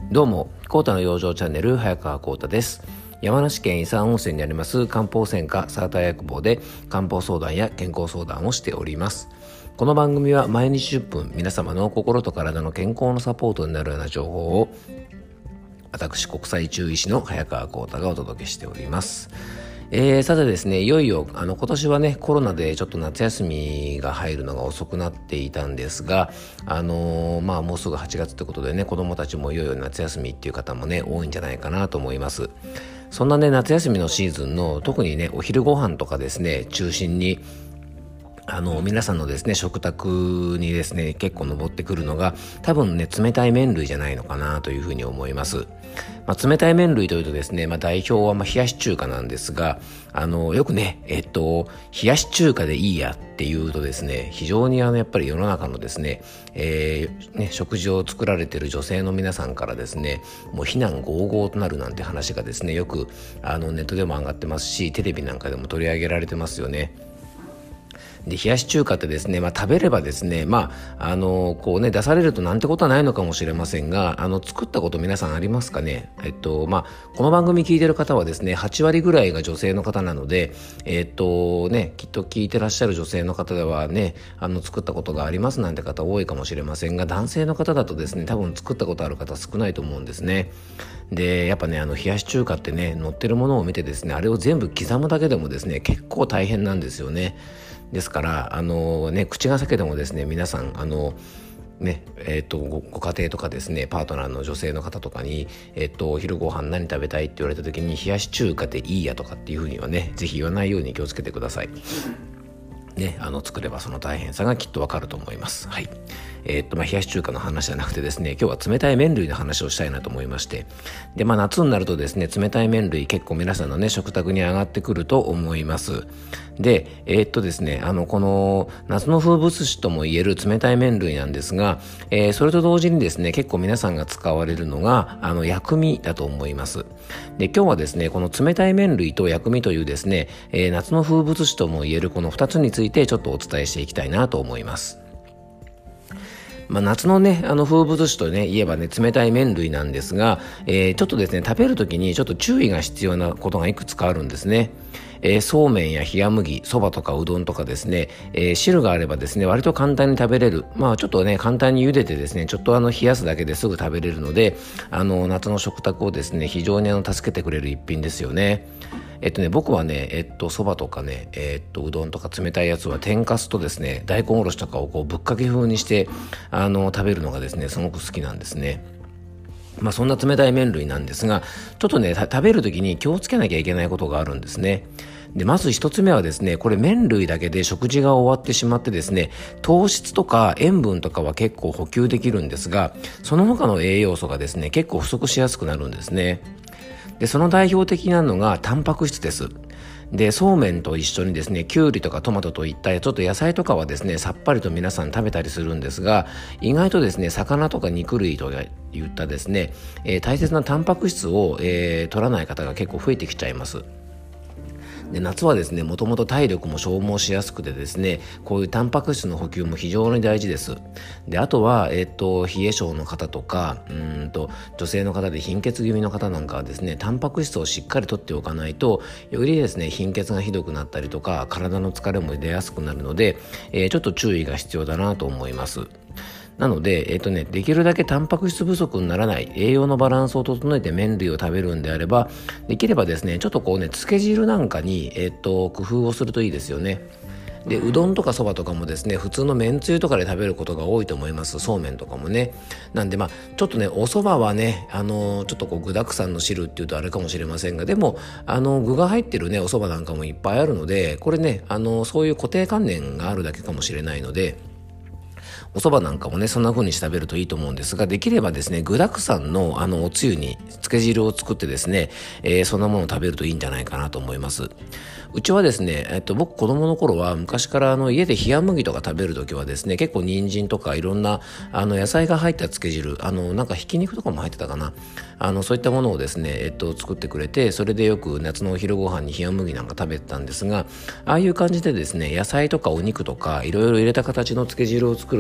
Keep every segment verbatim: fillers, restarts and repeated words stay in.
どうも、コータの養生チャンネル早川コータです。山梨県伊佐温泉にあります漢方専科サーター薬房で漢方相談や健康相談をしております。この番組は毎日じゅっぷん、皆様の心と体の健康のサポートになるような情報を私、国際中医師の早川コータがお届けしております。えー、さてですね、いよいよあの今年はねコロナでちょっと夏休みが入るのが遅くなっていたんですが、あのー、まあもうすぐはちがつってことでね、子どもたちもいよいよ夏休みっていう方もね多いんじゃないかなと思います。そんなね夏休みのシーズンの特にねお昼ご飯とかですね中心にあの皆さんのですね食卓にですね結構上ってくるのが多分ね冷たい麺類じゃないのかなというふうに思います。まあ、冷たい麺類というとですね、まあ、代表はまあ冷やし中華なんですが、あのよくねえっと冷やし中華でいいやっていうとですね、非常にあのやっぱり世の中のですね,、えー、ね食事を作られている女性の皆さんからですね、もう非難合々となるなんて話がですねよくあのネットでも上がってますし、テレビなんかでも取り上げられてますよね。で冷やし中華ってですね、まあ、食べればですね、まああのこうね出されるとなんてことはないのかもしれませんが、あの作ったこと皆さんありますかね。えっとまあこの番組聞いてる方はですねはちわりぐらいが女性の方なので、えっとねきっと聞いてらっしゃる女性の方ではねあの作ったことがありますなんて方多いかもしれませんが、男性の方だとですね多分作ったことある方少ないと思うんですね。でやっぱねあの冷やし中華ってね載ってるものを見てですね、あれを全部刻むだけでもですね結構大変なんですよね。ですからあのね口が裂けてもですね皆さんあのねえー、と ご, ご家庭とかですねパートナーの女性の方とかに、えー、とお昼ご飯何食べたいって言われた時に冷やし中華でいいやとかっていうふうにはねぜひ言わないように気をつけてくださいね。あの作ればその大変さがきっとわかると思います。はい。えー、っとまあ冷やし中華の話じゃなくてですね、今日は冷たい麺類の話をしたいなと思いまして、でまあ夏になるとですね冷たい麺類結構皆さんのね食卓に上がってくると思います。でえー、っとですねあのこの夏の風物詩ともいえる冷たい麺類なんですが、えー、それと同時にですね結構皆さんが使われるのがあの薬味だと思います。で今日はですねこの冷たい麺類と薬味というですね、えー、夏の風物詩ともいえるこのふたつについてちょっとお伝えしていきたいなと思います。まあ、夏のねあの風物詩とね言えばね冷たい麺類なんですが、えー、ちょっとですね食べるときにちょっと注意が必要なことがいくつかあるんですね。えー、そうめんや冷麦、そばとかうどんとかですね、えー、汁があればですね割と簡単に食べれる、まあちょっとね簡単に茹でてですねちょっとあの冷やすだけですぐ食べれるので、あの夏の食卓をですね非常にあの助けてくれる一品ですよね。えっとね僕はねえっとそばとかねえっとうどんとか冷たいやつは天かすとですね大根おろしとかをこうぶっかけ風にしてあの食べるのがですねすごく好きなんですね。まあそんな冷たい麺類なんですが、ちょっとね食べるときに気をつけなきゃいけないことがあるんですね。でまず一つ目はですね、これ麺類だけで食事が終わってしまってですね糖質とか塩分とかは結構補給できるんですが、その他の栄養素がですね結構不足しやすくなるんですね。でその代表的なのがタンパク質です。でそうめんと一緒にですねきゅうりとかトマトといったちょっと野菜とかはですねさっぱりと皆さん食べたりするんですが、意外とですね魚とか肉類といったですね、えー、大切なタンパク質を、えー、取らない方が結構増えてきちゃいます。で夏はですねもともと体力も消耗しやすくてですねこういうタンパク質の補給も非常に大事です。であとは、えー、と冷え性の方とかうーんと女性の方で貧血気味の方なんかはですねタンパク質をしっかりとっておかないとよりですね貧血がひどくなったりとか体の疲れも出やすくなるので、えー、ちょっと注意が必要だなと思います。なので、えっとね、できるだけタンパク質不足にならない栄養のバランスを整えて麺類を食べるんであれば、できればですねちょっとこうねつけ汁なんかに、えっと、工夫をするといいですよね。でうどんとかそばとかもですね普通の麺つゆとかで食べることが多いと思います。そうめんとかもね。なんでまあちょっとねおそばはねあのー、ちょっとこう具沢山の汁っていうとあれかもしれませんが、でもあの具が入ってるねおそばなんかもいっぱいあるので、これねあのー、そういう固定観念があるだけかもしれないので、お蕎麦なんかもねそんな風にして食べるといいと思うんですが、できればですね具沢山のあのおつゆにつけ汁を作ってですね、えー、そんなものを食べるといいんじゃないかなと思います。うちはですね、えっと、僕子供の頃は昔からあの家で冷麦とか食べるときはですね結構人参とかいろんなあの野菜が入ったつけ汁、あのなんかひき肉とかも入ってたかな、あのそういったものをですね、えっと、作ってくれて、それでよく夏のお昼ご飯に冷麦なんか食べてたんですが、ああいう感じでですね野菜とかお肉とかいろいろ入れた形のつけ汁を作ると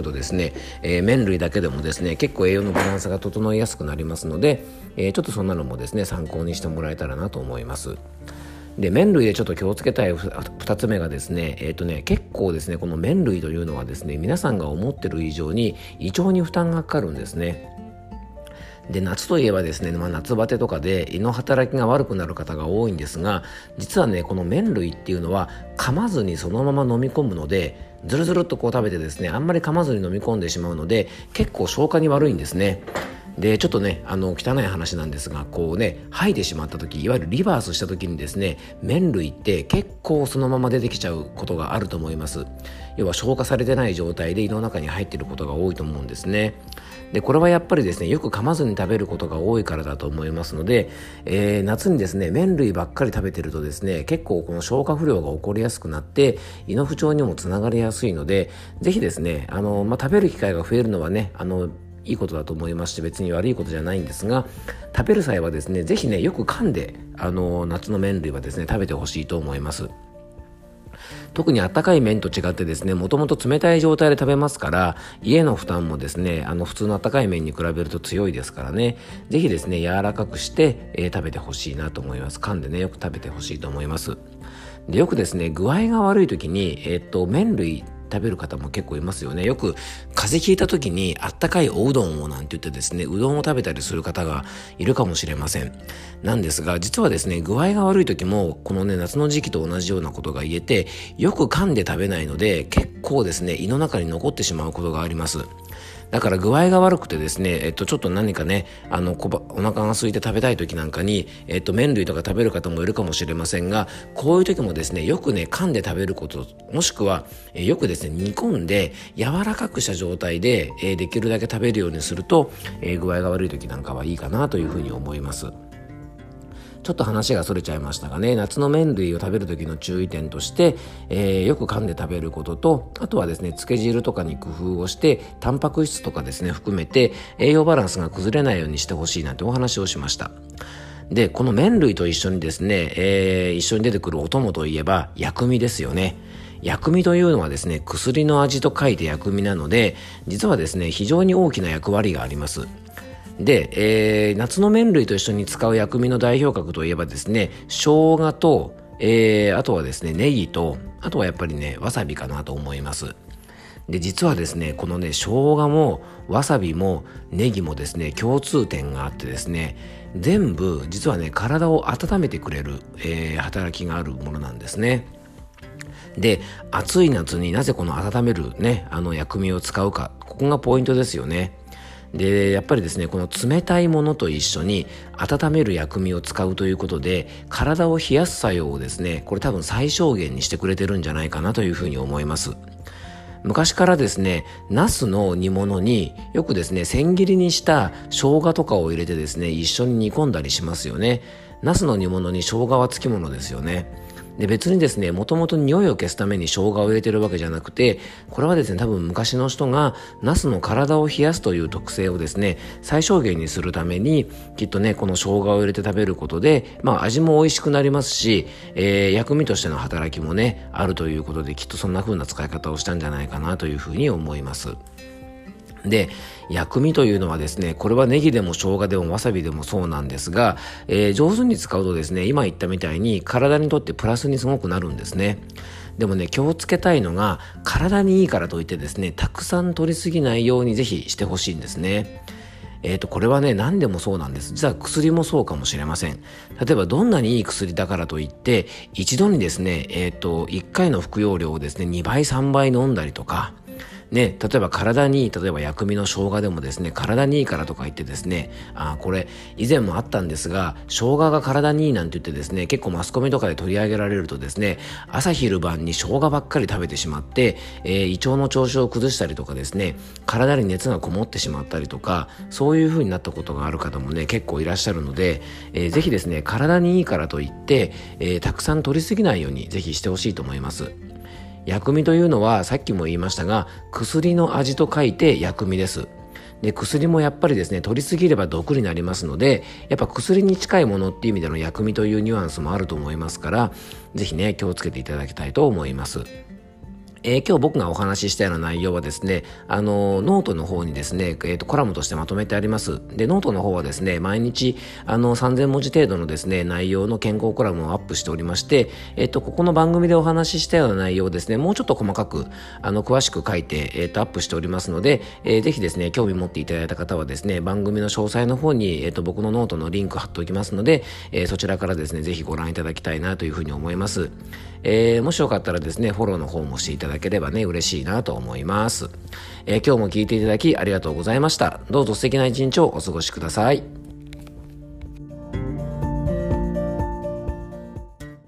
とですね、えー、麺類だけでもですね結構栄養のバランスが整いやすくなりますので、えー、ちょっとそんなのもですね参考にしてもらえたらなと思います。で麺類でちょっと気をつけたいふたつめがですね、えーとね結構ですねこの麺類というのはですね皆さんが思ってる以上に胃腸に負担がかかるんですね。で夏といえばですね、まあ、夏バテとかで胃の働きが悪くなる方が多いんですが、実はねこの麺類っていうのは噛まずにそのまま飲み込むので、ずるずるっとこう食べてですねあんまり噛まずに飲み込んでしまうので結構消化に悪いんですね。でちょっとねあの汚い話なんですが、こうね吐いてしまった時、いわゆるリバースした時にですね麺類って結構そのまま出てきちゃうことがあると思います。要は消化されてない状態で胃の中に入っていることが多いと思うんですね。でこれはやっぱりですねよく噛まずに食べることが多いからだと思いますので、えー、夏にですね麺類ばっかり食べてるとですね結構この消化不良が起こりやすくなって胃の不調にもつながりやすいので、ぜひですねあの、まあ、食べる機会が増えるのはねあのいいことだと思いますし、別に悪いことじゃないんですが、食べる際はですねぜひねよく噛んであの夏の麺類はですね食べてほしいと思います。特に温かい麺と違ってですねもともと冷たい状態で食べますから、家の負担もですねあの普通の温かい麺に比べると強いですからね、ぜひですね柔らかくして、えー、食べてほしいなと思います。噛んでねよく食べてほしいと思います。でよくですね具合が悪い時に、えー、っと麺類食べる方も結構いますよね。よく風邪ひいた時にあったかいおうどんをなんて言ってですねうどんを食べたりする方がいるかもしれません。なんですが実はですね具合が悪い時もこのね夏の時期と同じようなことが言えて、よく噛んで食べないので結構ですね胃の中に残ってしまうことがあります。だから具合が悪くてですね、えっと、ちょっと何かね、あの、こば、お腹が空いて食べたい時なんかに、えっと、麺類とか食べる方もいるかもしれませんが、こういう時もですね、よくね、噛んで食べること、もしくは、えー、よくですね、煮込んで、柔らかくした状態で、えー、できるだけ食べるようにすると、えー、具合が悪い時なんかはいいかなというふうに思います。ちょっと話がそれちゃいましたがね、夏の麺類を食べる時の注意点として、えー、よく噛んで食べることと、あとはですね漬け汁とかに工夫をしてタンパク質とかですね含めて栄養バランスが崩れないようにしてほしいなんてお話をしました。でこの麺類と一緒にですね、えー、一緒に出てくるお供といえば薬味ですよね。薬味というのはですね薬の味と書いて薬味なので、実はですね非常に大きな役割があります。で、えー、夏の麺類と一緒に使う薬味の代表格といえばですね生姜と、えー、あとはですねネギと、あとはやっぱりねわさびかなと思います。で実はですねこのね生姜もわさびもネギもですね共通点があってですね、全部実はね体を温めてくれる、えー、働きがあるものなんですね。で暑い夏になぜこの温めるねあの薬味を使うか、ここがポイントですよね。でやっぱりですねこの冷たいものと一緒に温める薬味を使うということで、体を冷やす作用をですねこれ多分最小限にしてくれてるんじゃないかなというふうに思います。昔からですねナスの煮物によくですね千切りにした生姜とかを入れてですね一緒に煮込んだりしますよね。ナスの煮物に生姜はつきものですよね。で別にですねもともと匂いを消すために生姜を入れてるわけじゃなくて、これはですね多分昔の人がナスの体を冷やすという特性をですね最小限にするためにきっとねこの生姜を入れて食べることで、まあ味も美味しくなりますし、えー、薬味としての働きもねあるということで、きっとそんな風な使い方をしたんじゃないかなというふうに思います。で薬味というのはですねこれはネギでも生姜でもわさびでもそうなんですが、えー、上手に使うとですね今言ったみたいに体にとってプラスにすごくなるんですね。でもね気をつけたいのが、体にいいからといってですねたくさん取りすぎないようにぜひしてほしいんですね。えーと、これはね何でもそうなんです。実は薬もそうかもしれません。例えばどんなにいい薬だからといって一度にですね、えーと、いっかいの服用量をですねにばいさんばい飲んだりとかね、例えば体にいい、例えば薬味の生姜でもですね体にいいからとか言ってですね、あこれ以前もあったんですが生姜が体にいいなんて言ってですね結構マスコミとかで取り上げられるとですね朝昼晩に生姜ばっかり食べてしまって、えー、胃腸の調子を崩したりとかですね体に熱がこもってしまったりとか、そういう風になったことがある方もね結構いらっしゃるので、えー、ぜひですね体にいいからといって、えー、たくさん取りすぎないようにぜひしてほしいと思います。薬味というのはさっきも言いましたが薬の味と書いて薬味です。で薬もやっぱりですね取りすぎれば毒になりますので、やっぱ薬に近いものっていう意味での薬味というニュアンスもあると思いますから、ぜひね気をつけていただきたいと思います。 えー今日僕がお話ししたような内容はですね、あのーノートの方にですね、えーと、コラムとしてまとめてあります。で、ノートの方はですね、毎日、あの、さんぜんもじ程度のですね、内容の健康コラムをアップしておりまして、えっ、と、ここの番組でお話ししたような内容をですね、もうちょっと細かく、あの、詳しく書いて、えっ、と、アップしておりますので、えーぜひですね、興味持っていただいた方はですね、番組の詳細の方に、えっ、と、僕のノートのリンク貼っておきますので、えーそちらからですね、ぜひご覧いただきたいなというふうに思います。えーもしよかったらですね、フォローの方もしていただければね、嬉しいなと思います。えー今日も聞いていただきありがとうございました。どうぞ素敵な一日をお過ごしください。